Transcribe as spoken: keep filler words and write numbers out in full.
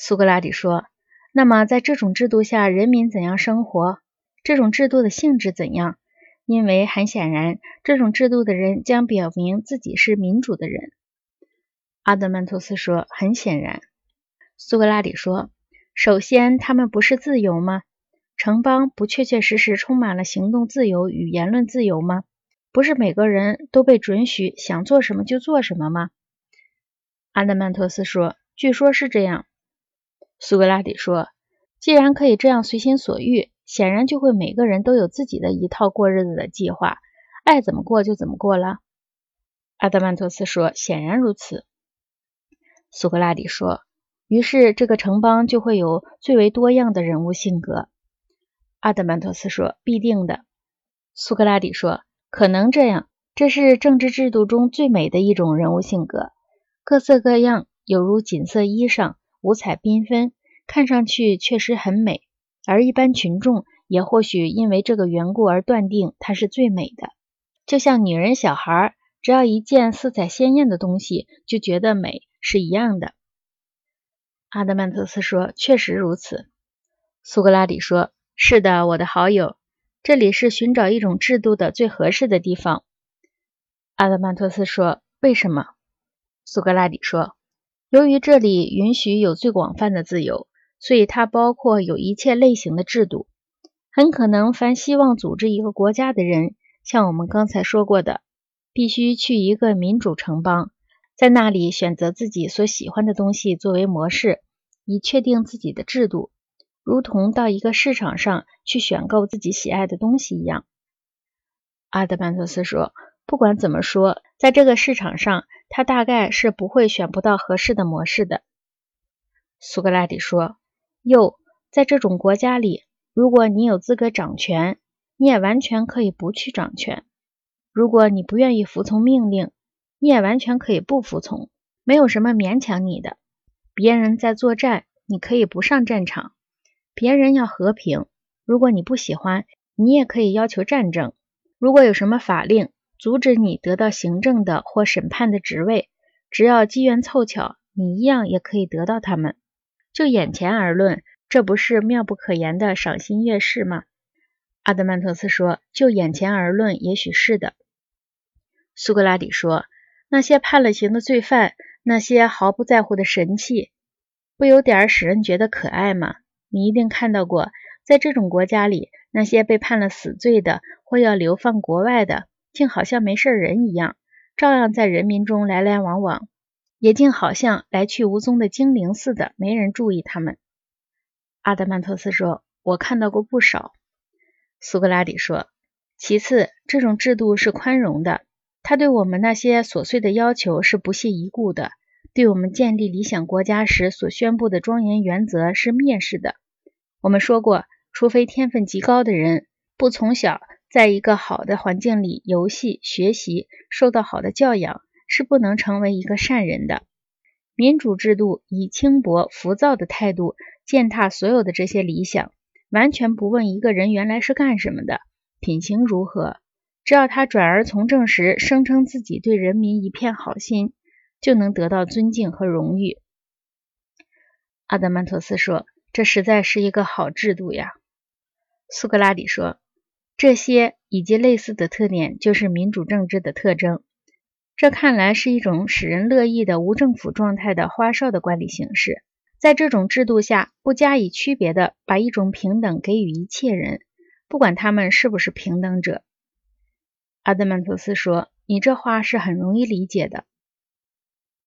苏格拉底说，那么在这种制度下，人民怎样生活？这种制度的性质怎样？因为很显然，这种制度的人将表明自己是民主的人。阿德曼托斯说，很显然。苏格拉底说，首先，他们不是自由吗？城邦不确确实实充满了行动自由与言论自由吗？不是每个人都被准许想做什么就做什么吗？阿德曼托斯说，据说是这样。苏格拉底说，既然可以这样随心所欲，显然就会每个人都有自己的一套过日子的计划，爱怎么过就怎么过了。阿德曼托斯说，显然如此。苏格拉底说，于是这个城邦就会有最为多样的人物性格。阿德曼托斯说，必定的。苏格拉底说，可能这样，这是政治制度中最美的一种人物性格，各色各样，有如锦色衣裳，五彩缤纷，看上去确实很美，而一般群众也或许因为这个缘故而断定它是最美的。就像女人小孩，只要一见色彩鲜艳的东西，就觉得美是一样的。阿德曼托斯说，确实如此。苏格拉底说，是的，我的好友，这里是寻找一种制度的最合适的地方。阿德曼托斯说，为什么？苏格拉底说，由于这里允许有最广泛的自由，所以它包括有一切类型的制度。很可能凡希望组织一个国家的人，像我们刚才说过的，必须去一个民主城邦，在那里选择自己所喜欢的东西作为模式，以确定自己的制度，如同到一个市场上去选购自己喜爱的东西一样。阿德曼托斯说，不管怎么说，在这个市场上，他大概是不会选不到合适的模式的。苏格拉底说，又在这种国家里，如果你有资格掌权，你也完全可以不去掌权。如果你不愿意服从命令，你也完全可以不服从，没有什么勉强你的。别人在作战，你可以不上战场。别人要和平，如果你不喜欢，你也可以要求战争。如果有什么法令阻止你得到行政的或审判的职位，只要机缘凑巧，你一样也可以得到它们。就眼前而论，这不是妙不可言的赏心悦事吗？阿德曼托斯说，就眼前而论，也许是的。苏格拉底说，那些判了刑的罪犯，那些毫不在乎的神器，不有点使人觉得可爱吗？你一定看到过，在这种国家里，那些被判了死罪的或要流放国外的，竟好像没事人一样，照样在人民中来来往往，也竟好像来去无踪的精灵似的，没人注意他们。阿德曼托斯说，我看到过不少。苏格拉底说，其次，这种制度是宽容的，他对我们那些琐碎的要求是不屑一顾的，对我们建立理想国家时所宣布的庄严原则是蔑视的。我们说过，除非天分极高的人不从小在一个好的环境里游戏、学习，受到好的教养，是不能成为一个善人的。民主制度以轻薄、浮躁的态度践踏所有的这些理想，完全不问一个人原来是干什么的，品行如何，只要他转而从政时声称自己对人民一片好心，就能得到尊敬和荣誉。阿德曼托斯说，这实在是一个好制度呀。苏格拉底说，这些以及类似的特点就是民主政治的特征。这看来是一种使人乐意的无政府状态的花哨的管理形式，在这种制度下不加以区别的把一种平等给予一切人，不管他们是不是平等者。阿德曼托斯说，你这话是很容易理解的。